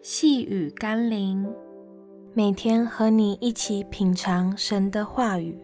细雨甘霖，每天和你一起品尝神的话语。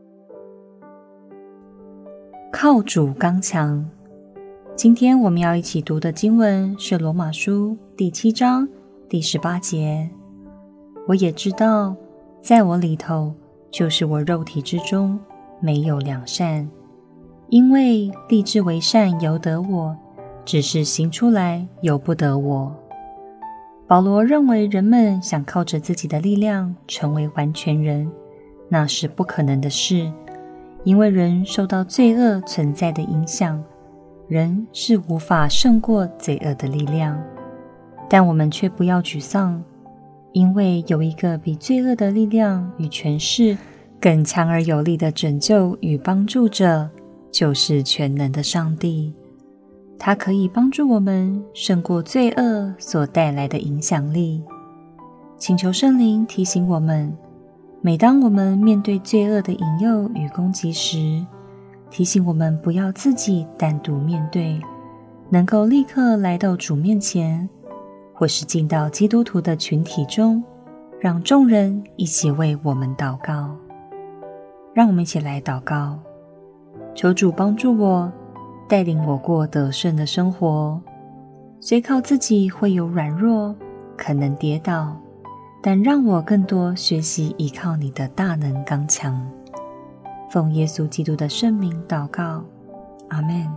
靠主刚强。今天我们要一起读的经文是罗马书第7章第18节。我也知道，在我里头，就是我肉体之中，没有良善，因为立志为善由得我，只是行出来由不得我。保罗认为人们想靠着自己的力量成为完全人，那是不可能的事，因为人受到罪恶存在的影响，人是无法胜过罪恶的力量。但我们却不要沮丧，因为有一个比罪恶的力量与权势更强而有力的拯救与帮助者，就是全能的上帝。他可以帮助我们胜过罪恶所带来的影响力。请求圣灵提醒我们，每当我们面对罪恶的引诱与攻击时，提醒我们不要自己单独面对，能够立刻来到主面前，或是进到基督徒的群体中，让众人一起为我们祷告。让我们一起来祷告，求主帮助我，带领我过得胜的生活。虽靠自己会有软弱，可能跌倒，但让我更多学习依靠你的大能刚强。奉耶稣基督的圣名祷告，阿们。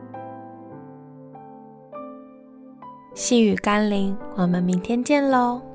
细雨甘霖，我们明天见喽。